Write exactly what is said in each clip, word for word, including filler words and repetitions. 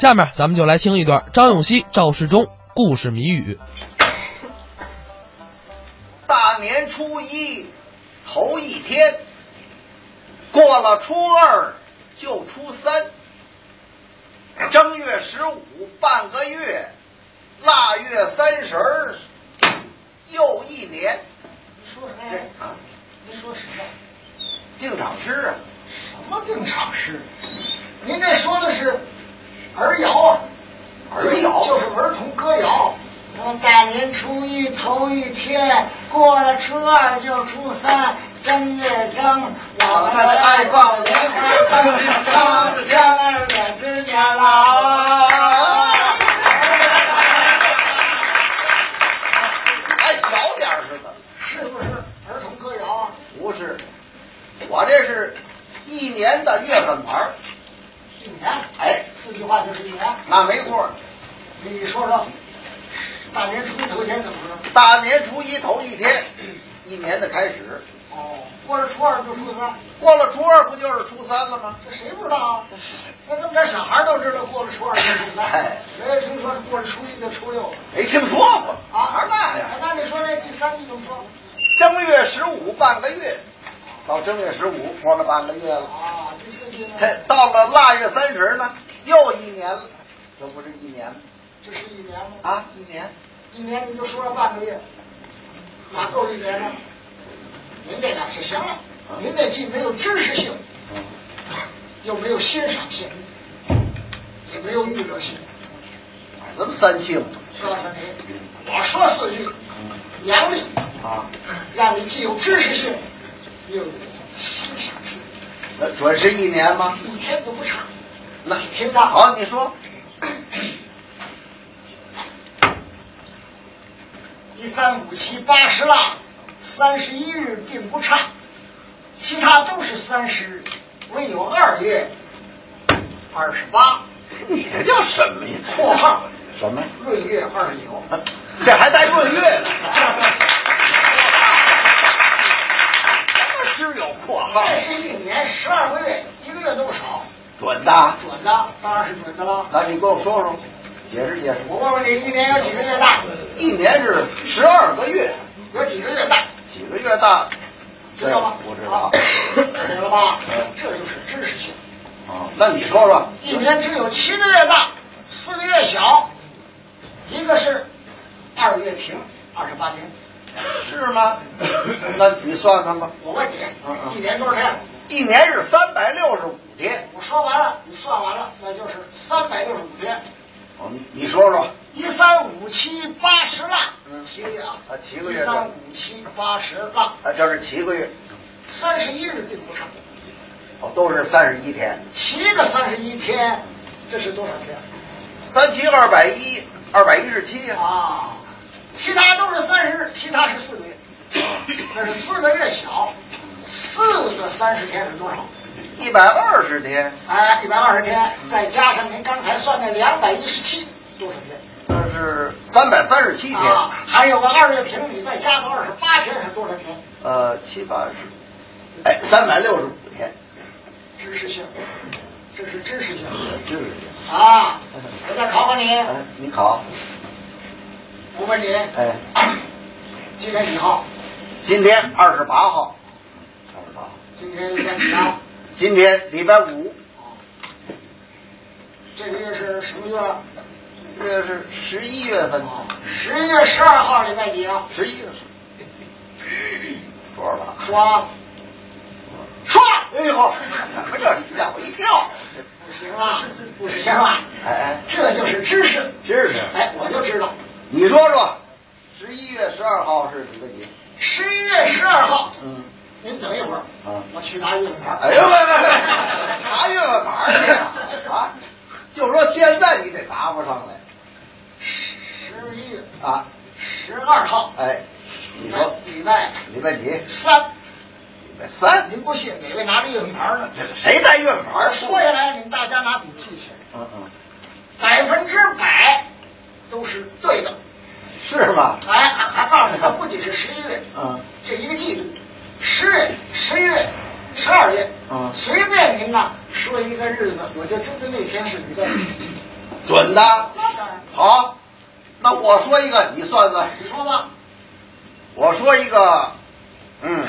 下面咱们就来听一段张永熙、赵世忠故事谜语。 大年初一头一天，过了初二就初三，正月十五半个月，腊月三十儿又一年。 你说什么呀？啊，你说什么？ 定场诗啊？ 什么定场诗？您这说的是儿谣啊？ 儿谣就是儿童歌谣。大年初一头一天，过了初二就初三，正月正，我们爱放莲花灯，唱着腔儿两只年老。 还小点似的， 是不是儿童歌谣啊？ 不是，我这是一年的月份牌。 一年？ 哎， 四句话就是一年。 那没错。 你说说。大年初一头一天怎么说？ 大年初一头一天，一年的开始。 哦，过了初二就初三， 过了初二不就是初三了吗？ 这谁不知道啊？那这么点小孩都知道过了初二就初三。 哎， 没听说过了初一就初六了。 没听说过啊？ 还是那样？ 那你说这第三句怎么说？ 正月十五半个月，到正月十五过了半个月了。 啊，第四句呢？ 到了腊月三十呢，又一年了，这不是一年吗？ 这是一年吗？ 啊，一年。 一年你就说了半个月，哪够一年呢？您这个是行了，您这既没有知识性，又没有欣赏性，也没有娱乐性， 怎么三性？ 告诉你，我说四句，杨丽啊， 让你既有知识性，又有欣赏性。 那准是一年吗？ 一天都不差。 那你听着， 好，你说。 一三五七八十腊，三十一日定不差，其他都是三十日，唯有二月二十八。 你这叫什么呀？ 括号什么？ 闰月二十九， 这还带闰月呢。什么诗有括号？ 这是一年十二个月，一个月都不少。 准的？ 准的，当然是准的了。 那你给我说说。解释解释。 我问问你，一年有几个月大？ 一年是十二个月。 有几个月大？ 几个月大？ 知道吗？ 不知道。 知道了吧？这就是知识性。 啊，那你说说。 一年只有七个月大，四个月小，一个是二月平，二十八天。 是吗？那你算算吧。 我问你， 嗯嗯、 一年多少天？ 一年是三百六十五天。 我说完了，你算完了，那就是三百六十五天。 哦，你说说。 一三五七八十腊， 嗯， 七个月啊， 啊，七个月。 一三五七八十腊， 啊，这是七个月。 三十一日定不差。 哦，都是三十一天。 七个三十一天，这是多少天？ 三七二百一，二百一十七呀。 啊，其他都是三十日，其他是四个月。那是四个月小，四个三十天是多少？ 一百二十天。 哎，一百二十天，再加上您刚才算的两百一十七，多少天？ 那是三百三十七天。 啊，还有个二月平，你再加个二十八天是多少天？ 呃，七八十，哎，三百六十五天。 知识性，这是知识性。 知识性啊！我再考考你。 哎，你考。 我问你。 哎。 今天几号？ 今天二十八号。二十八号。 今天礼拜几啊？ 今天礼拜五。 这个月是什么月？ 这个月是十一月份。 十一月十二号礼拜几啊？ 十一月。说了。 说。说。 哎呦，什么这？吓我一跳。 不行了，不行了。 哎哎， 这就是知识。 知识。 哎，我就知道。 你说说，十一月十二号是几个节？ 十一月十二号。 嗯。 您等一会儿。 啊。 我去拿月份牌。 哎呦喂喂喂，拿月份牌去啊！啊，就说现在你得答不上来。 十一月啊， 十二号。 哎，你说礼拜礼拜几？ 三。 礼拜三。 您不信哪位拿着月份牌呢？ 谁带月份牌？ 说下来，你们大家拿笔记去。 嗯嗯。 百分之百都是对的。 是吗？ 哎，还告诉你，它不仅是十一月， 嗯， 这一个季度，十月、十一月、十二月， 嗯， 随便您呐说一个日子，我就知道那天是礼拜几。 准的。 那当然。 好，那我说一个，你算算。 你说吧。 我说一个，嗯，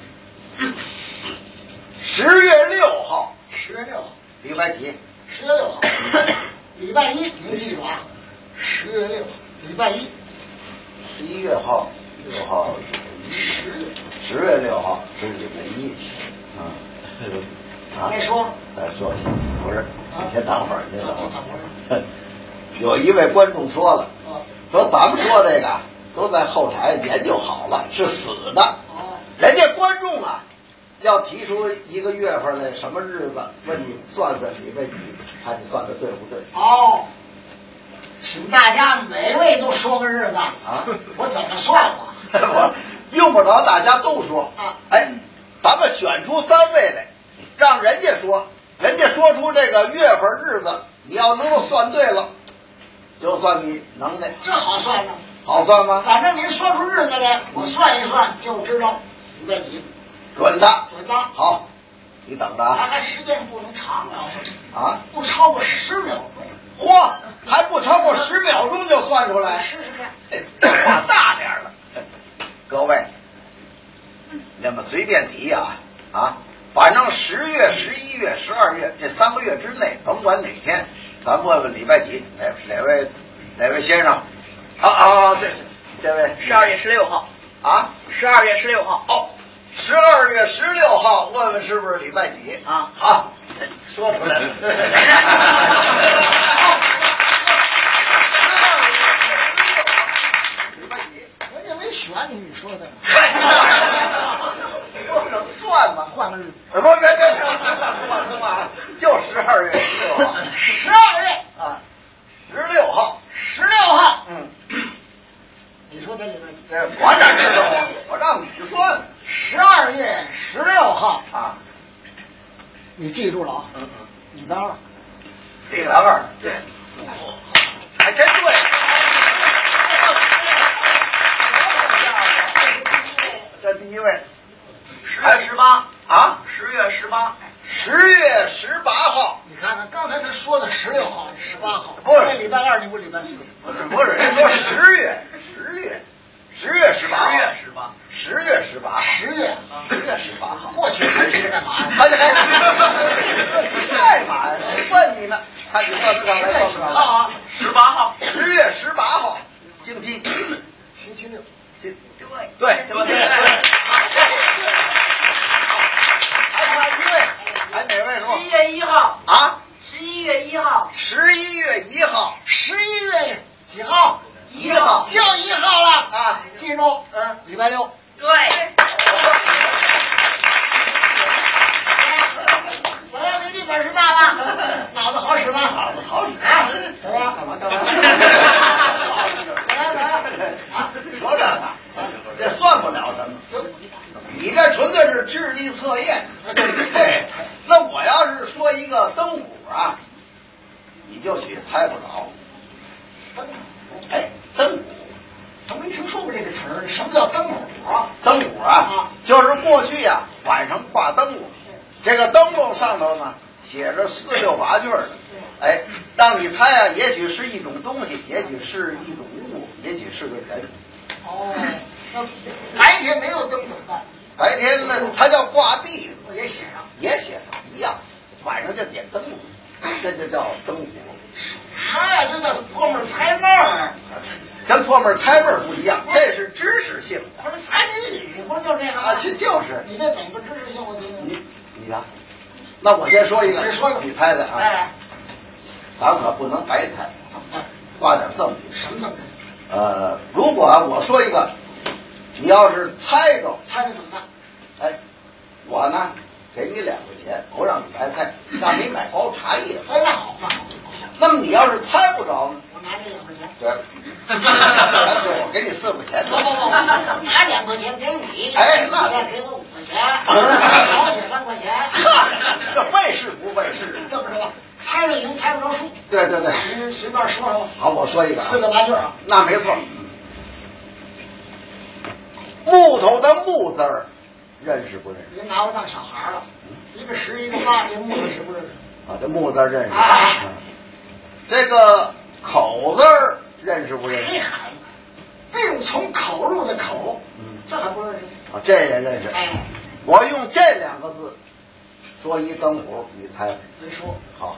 十月六号。 十月六号。 礼拜几？ 十月六号。礼拜一，您记住啊，十月六号，礼拜一。 十一月号，六号， 十月。 十月六号是礼拜一。嗯。啊。 再说。 再说，不是，你先等会儿，你先等会儿。 怎么回事？ 有一位观众说了，说咱们说这个都在后台研究好了，是死的。人家观众啊，要提出一个月份来，什么日子，问你算算礼拜几，看你算的对不对？ 哦，请大家每位都说个日子啊， 我怎么算吧？ 我用不着大家都说啊。 哎，咱们选出三位来，让人家说，人家说出这个月份日子，你要能够算对了，就算你能耐。 这好算呢。 好算吗？ 反正您说出日子来，我算一算就知道礼拜几。 准的。 准的。 好，你等着啊。 还时间不能长，要是啊， 不超过十秒钟。 嚯，还不超过十秒钟就算出来？ 试试看。 画大点了。各位，那么随便提啊啊，反正十月、十一月、十二月这三个月之内，甭管哪天，咱问问礼拜几，哪哪位哪位先生？啊啊，这这位十二月十六号啊， 十二月十六号哦，十二月十六号，问问是不是礼拜几啊？ 好，说出来了。礼拜几？ 人家没选你，你说的。 不能算吗？ 换个日子。 不，别别别，换什么？就十二月十六号。 十二月啊，十六号。 十六号。 嗯。 你说这礼拜几？ 这我哪知道啊？我让你算。 十二月十六号啊， 你记住了啊？ 嗯嗯。 礼拜二。 礼拜二。 对。 还真对。这第一位。 十月十八啊， 十月十八， 十月十八号。 你看看，刚才他说的十六号，十八号， 不是这礼拜二，你不礼拜四？ 不是不是，人说十月，十月，十月十八， 十月十八， 十月十八， 十月， 十月十八号。 过去还提干嘛呀？ 他这还干嘛呀？问你呢，看你算得上来算不上来啊？ 十八号， 十月十八号，星期几？ 星期六。 星对对， 对对。 还差一位，还哪位说？ 十一月一号啊？ 十一月一号， 十一月一号， 十一月几号？ 一号， 就一号了啊！ 记住， 嗯， 礼拜六。 对。 我让你的本事大吧，脑子好使吧？ 脑子好使啊！怎么样？ 干嘛干嘛？ 怎么样？怎么样？ 啊，说这个，这算不了什么。你这纯粹是智力测验。对，那我要是说一个灯虎啊，你就许猜不着。 灯虎？ 哎，灯虎， 我没听说过这个词儿。什么叫灯虎啊？ 灯虎啊， 啊就是过去呀、啊、晚上挂灯笼，这个灯笼上头呢写着四六八句的，哎，让你猜啊，也许是一种东西，也许是一种物，也许是个人。 哦，那白天没有灯怎么办？ 白天呢，它叫挂壁， 也写上， 也写上一样，晚上就点灯笼，这就叫灯虎。 啥呀？这叫破门猜闷儿， 跟破门猜闷儿不一样，这是知识性的。 不是猜谜语，不是就这个吗？ 啊，这就是。 你这怎么个知识性？我听听。 你你呀，那我先说一个， 你说你猜猜啊？ 哎， 咱可不能白猜， 怎么办？ 挂点赠品。 什么赠品？ 呃，如果啊我说一个，你要是猜着， 猜着怎么办？ 哎，我呢给你两块钱，不让你白猜，让你买包茶叶。 哎，那好，那好。 那么你要是猜不着呢？ 我拿这两块钱。 对了，干脆我给你四块钱。 不不不，拿两块钱给你。 哎，那再给我五块钱，找你三块钱。 哈，这费事不费事？ 这么说，猜着赢，猜不着输。 对对对， 您随便说说。 好，我说一个， 四个八句啊。 那没错。木头的木字儿，认识不认识？ 您拿我当小孩了，一个十一个八，这木头识不认识？ 啊，这木字认识。 啊， 这个口字儿认识不认识？ 嘿好，病从口入的口， 嗯， 这还不认识？ 啊，这也认识。 哎， 我用这两个字说一灯谱，你猜猜？ 你说好。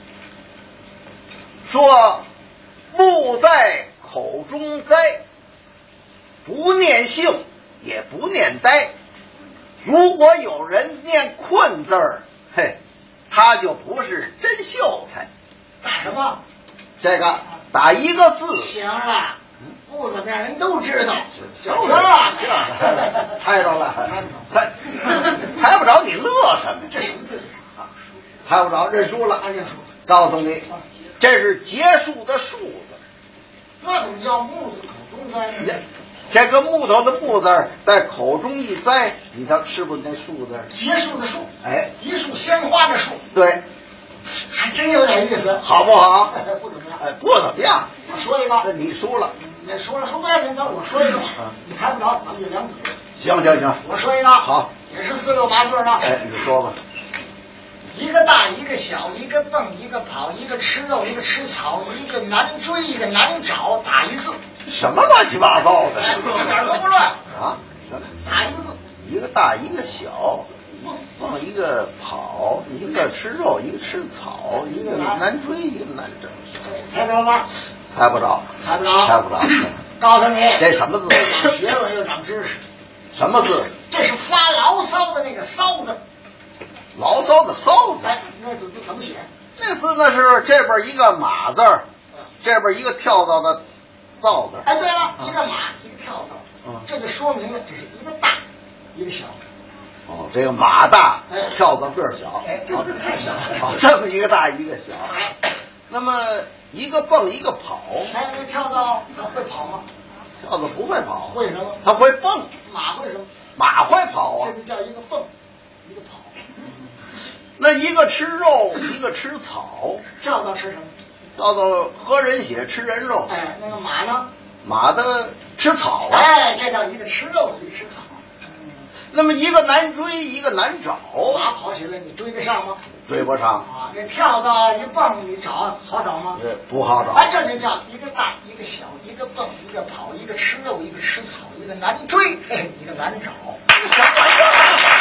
说木在口中栽，不念性也不念呆。如果有人念困字儿，嘿，他就不是真秀才。 打什么？ 这个打一个字， 行了，不怎么样，人都知道。 这这这猜着了，猜猜不着，你乐什么呀？ 这什么字？ 啊，猜不着，认输了。 他认输。 告诉你，这是结束的树字。 那怎么叫木字口中栽呢？ 这个木头的木字在口中一栽，你看是不是那树字？ 结束的树， 哎， 一束鲜花的树， 对， 还真有点意思， 好不好？ 不怎么样。 哎，不怎么样。 我说一那个， 你输了。 你说了说半天，等我说一个，你猜不着，咱们就两笔。 行行行， 我说一个， 好， 也是四六八句的。 哎，你说吧。 一个大，一个小，一个蹦，一个跑，一个吃肉，一个吃草，一个难追，一个难找，打一字。 什么乱七八糟的？ 哎，一点都不乱。 啊？什么？ 打一个字。 一个大，一个小，蹦一个跑，一个吃肉，一个吃草，一个难追，一个难整。 猜着了吧？ 猜不着， 猜不着， 猜不着。 告诉你， 这什么字？ 长学问又长知识。 什么字？ 这是发牢骚的那个骚字。 牢骚的骚字。 哎，那字字怎么写？ 这字呢是这边一个马字儿，这边一个跳蚤的蚤字。 哎，对了，一个马，一个跳蚤， 嗯， 这就说明了这是一个大，一个小。 哦，这个马大， 哎， 跳蚤个儿小。 哎，跳蚤太小了。 哦，这么一个大一个小。 哎， 那么一个蹦一个跑。 哎，那跳蚤它会跑吗？ 跳蚤不会跑。 会什么？ 它会蹦。 马会什么？ 马会跑啊。 这就叫一个蹦，一个跑。 那一个吃肉，一个吃草。 跳蚤吃什么？ 跳蚤喝人血，吃人肉。 哎，那个马呢？ 马的吃草啊。 哎，这叫一个吃肉，一个吃草。 那么一个难追，一个难找。 马跑起来，你追得上吗？ 追不上。 啊，那跳蚤一蹦，你找好找吗？ 这不好找。 哎，这就叫一个大，一个小，一个蹦，一个跑，一个吃肉，一个吃草，一个难追，哎，一个难找。 什么玩意儿？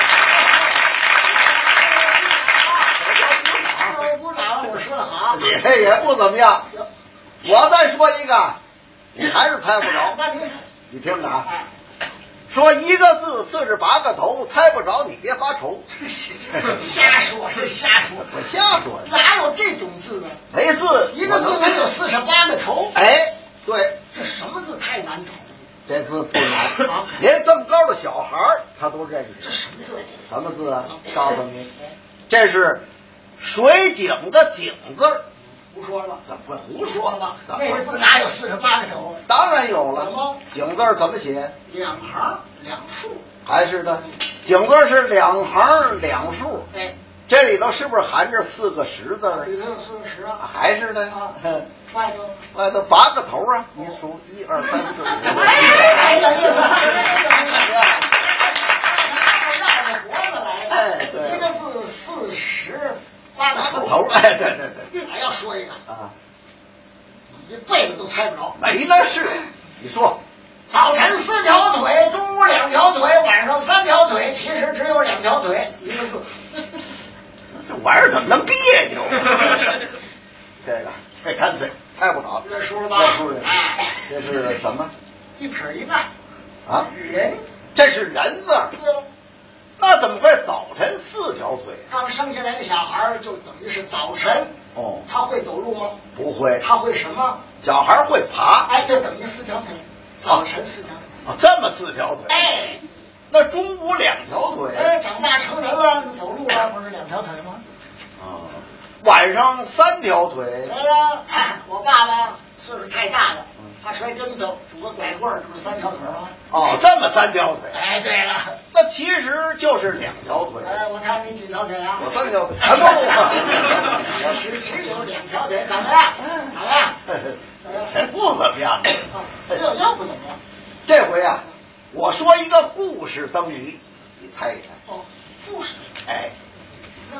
各位鼓掌了，我说的好。 你这也不怎么样。我再说一个，你还是猜不着。 那您说， 你听着啊。 哎， 说一个字四十八个头，猜不着你别发愁。 瞎说，这瞎说， 我瞎说的。 哪有这种字呢？ 没字， 一个字能有四十八个头？ 哎，对， 这什么字太难找了？ 这字不难，连这么高的小孩儿他都认识。 这什么字？ 什么字啊？告诉你，这是水井的井字。 胡说了， 怎么会胡说吧？ 怎么那个字哪有四十八个头？ 当然有了。 怎么？ 井字怎么写？ 两行两竖。 还是的，井字是两行两竖。 哎， 这里头是不是含着四个十字？ 里头有四个十啊。 还是的。 啊，外头外头八个头啊！你数一二三四五。 哎，有意思。绕着脖子来的。 哎，对。 一个字四十八个头。 头，哎，对对对。 我要说一个啊， 一辈子都猜不着。 没那事，你说。 早晨四条腿，中午两条腿，晚上三条腿，其实只有两条腿，一个字。 这玩意儿怎么那么别扭？这个，这干脆猜不着。 认输了吧？ 认输了。 哎， 这是什么？ 一撇一捺。 啊， 人。 这是人字。 对了。 那怎么会早晨四条腿？ 刚生下来的小孩就等于是早晨。 哦。 他会走路吗？ 不会。 他会什么？ 小孩会爬。 哎，就等于四条腿。早晨四条腿。 啊，这么四条腿。 哎。 那中午两条腿。 哎，长大成人了，走路了，不是两条腿吗？ 啊。晚上三条腿。 对了，我爸爸岁数太大了，他摔跟头，拄个拐棍儿，这不是三条腿吗？ 哦，这么三条腿。 哎，对了， 那其实就是两条腿。 哎，我看你几条腿啊？ 我三条腿。什么？ 其实只有两条腿，怎么样？怎么样？ 这不怎么样。 又又不怎么样。 这回啊，我说一个故事灯谜，你猜一猜。 哦，故事。 哎， 那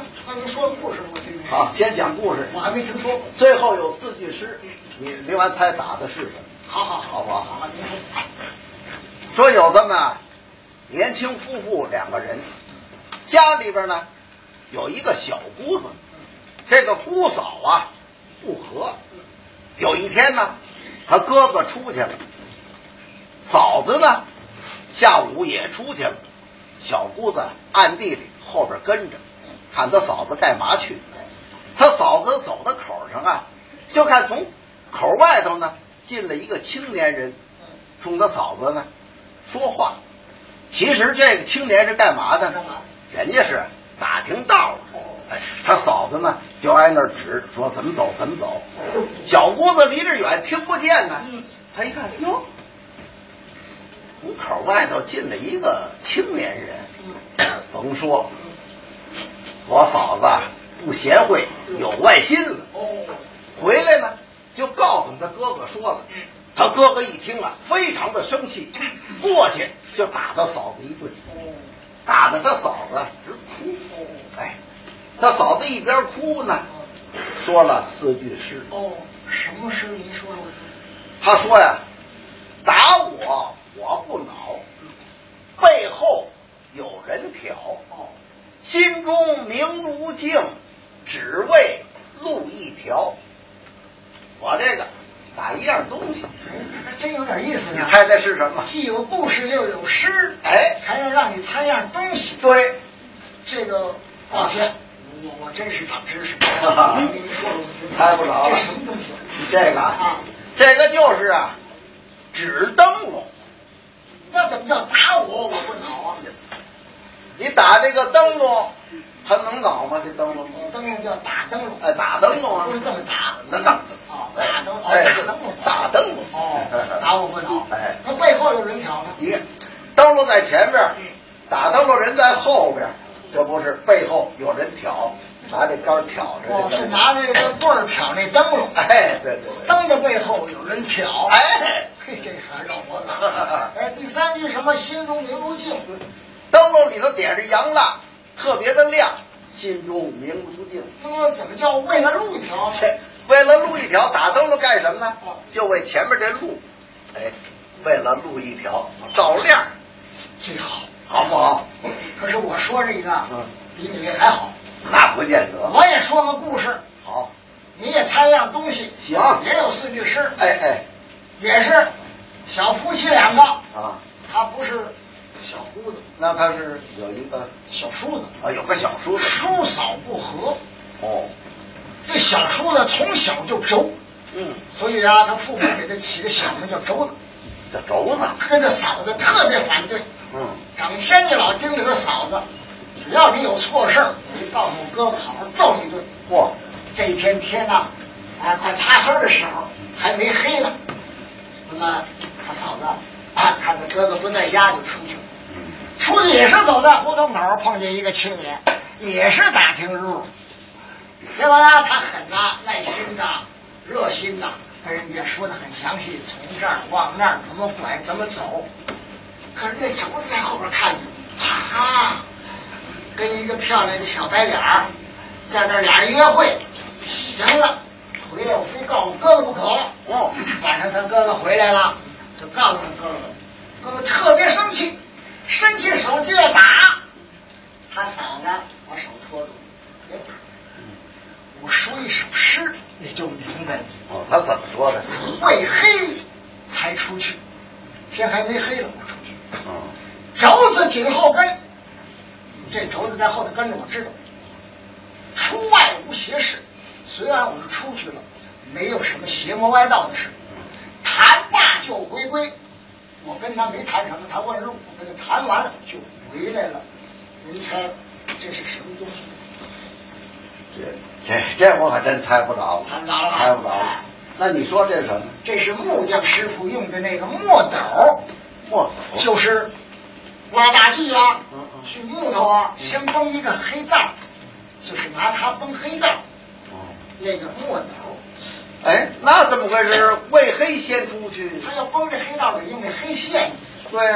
那您说个故事我听听。 好，先讲故事。 我还没听说过。 最后有四句诗，你另外猜打的是什么？ 好好好不好？ 好，您说。 说有这么年轻夫妇两个人，家里边呢有一个小姑子，这个姑嫂啊不和。有一天呢，他哥哥出去了，嫂子呢下午也出去了，小姑子暗地里后边跟着，看他嫂子干嘛去。他嫂子走到口上啊，就看从口外头呢进了一个青年人，冲他嫂子呢说话。其实这个青年是干嘛的？人家是打听道的。哎，他嫂子呢就挨那儿指，说怎么走怎么走。小姑子离着远听不见呢，他一看，哟，从口外头进了一个青年人。甭说，我嫂子不贤惠，有外心了。回来呢就告诉他哥哥说了。他哥哥一听啊，非常的生气，过去就打他嫂子一顿，打得他嫂子直哭。哎，他嫂子一边哭呢，说了四句诗。 哦，什么诗？您说说。 他说呀，打我我不恼，背后有人挑，心中明如镜，只为路一条。我这个打一样东西， 这还真有点意思呢。 你猜猜是什么？ 既有故事又有诗， 哎， 还能让你猜样东西。 对， 这个抱歉，我我真是长知识。您您说说， 猜不着了。 这什么东西？ 这个啊， 这个就是啊，纸灯笼。 那怎么叫打我我不恼啊？ 你打这个灯笼，它能恼吗？这灯笼？ 灯笼叫打灯笼。 哎，打灯笼啊， 不是这么打， 能打。 哦，打灯笼， 哎， 打灯笼， 打灯笼。 哦，打我不恼。 哎， 那背后有人挑呢？ 你看，灯笼在前边，打灯笼人在后边，这不是背后有人挑，拿这杆挑着。 哦，是拿这个棍儿挑那灯笼。 哎，对对对。 灯的背后有人挑。 哎， 嘿，这还让我恼。哎，第三句什么？心中明如镜。 灯笼里头点着洋蜡，特别的亮，心中明如镜。 那么怎么叫为了路一条呢？ 为了路一条，打灯笼干什么呢？就为前面这路，哎，为了路一条照亮， 这好， 好不好？ 可是我说这个， 嗯， 比你这还好。 那不见得。 我也说个故事， 好， 你也猜样东西。 行， 也有四句诗。 哎哎， 也是小夫妻两个啊， 他不是小姑子， 那他是有一个小叔子啊，有个小叔子， 叔嫂不和。 哦， 这小叔子从小就轴， 嗯， 所以啊，他父母给他起个小名叫轴子。 这轴子， 他跟这嫂子特别反对， 嗯， 整天就老盯着他嫂子，只要你有错事儿，你就告诉我哥哥，好好揍你一顿。 嚯， 这一天天呐，啊，快擦黑的时候还没黑呢，那么他嫂子啊，看他哥哥不在家，就出去了。出去也是走在胡同口，碰见一个青年，也是打听路。结果呢，他很呐耐心的、热心的，跟人家说的很详细，从这儿往那儿怎么拐，怎么走。可是那轴子在后边看着，啪，跟一个漂亮的小白脸儿在那儿俩人约会。行了，回来我非告诉哥哥不可。 哦， 晚上他哥哥回来了，就告诉他哥哥，哥哥特别生气，伸起手就要打他嫂子，把手托住，别打。我说一首诗，你就明白了。 哦，他怎么说的？ 为黑才出去，天还没黑了，我出去。 嗯， 轴子紧后跟，这轴子在后头跟着，我知道。出外无邪事，虽然我们出去了，没有什么邪魔歪道的事。谈罢就回归，我跟他没谈成，他问路，我跟他谈完了就回来了。您猜这是什么东西？ 这这这我可真猜不着， 猜不着了吧？ 猜不着了。那你说这是什么？ 这是木匠师傅用的那个墨斗， 墨斗就是挖大锯啊， 嗯嗯锯木头啊，先崩一个黑道，就是拿它崩黑道。 哦， 那个墨斗， 哎，那怎么回事？为黑先出去？ 他要崩这黑道里用那黑线， 对呀、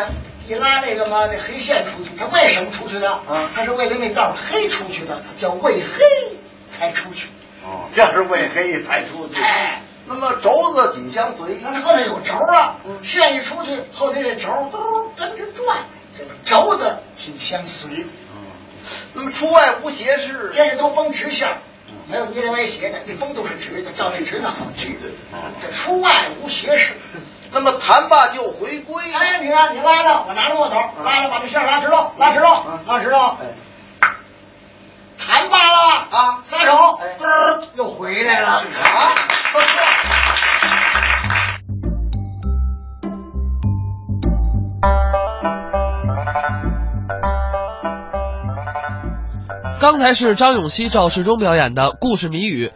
一拉那个嘛那黑线出去，他为什么出去的？ 啊他是为了那道黑出去的，叫为黑才出去。 哦，这是为黑才出去。 哎， 那么轴子紧相随， 那后头有轴啊， 嗯线一出去，后边这轴都跟着转，这个轴子紧相随。 那么出外无斜视， 这个都绷直线，没有一连歪斜的，一绷都是直的，照那直的好锯。这出外无斜视。 那么弹罢就回归。 哎，你看你拉着，我拿着握头，拉着把这线拉直喽，拉直喽，拉直喽。 哎， 弹罢了啊撒手， 哎嘚儿又回来了。 啊，不错。 刚才是张永熙、赵世忠表演的故事谜语。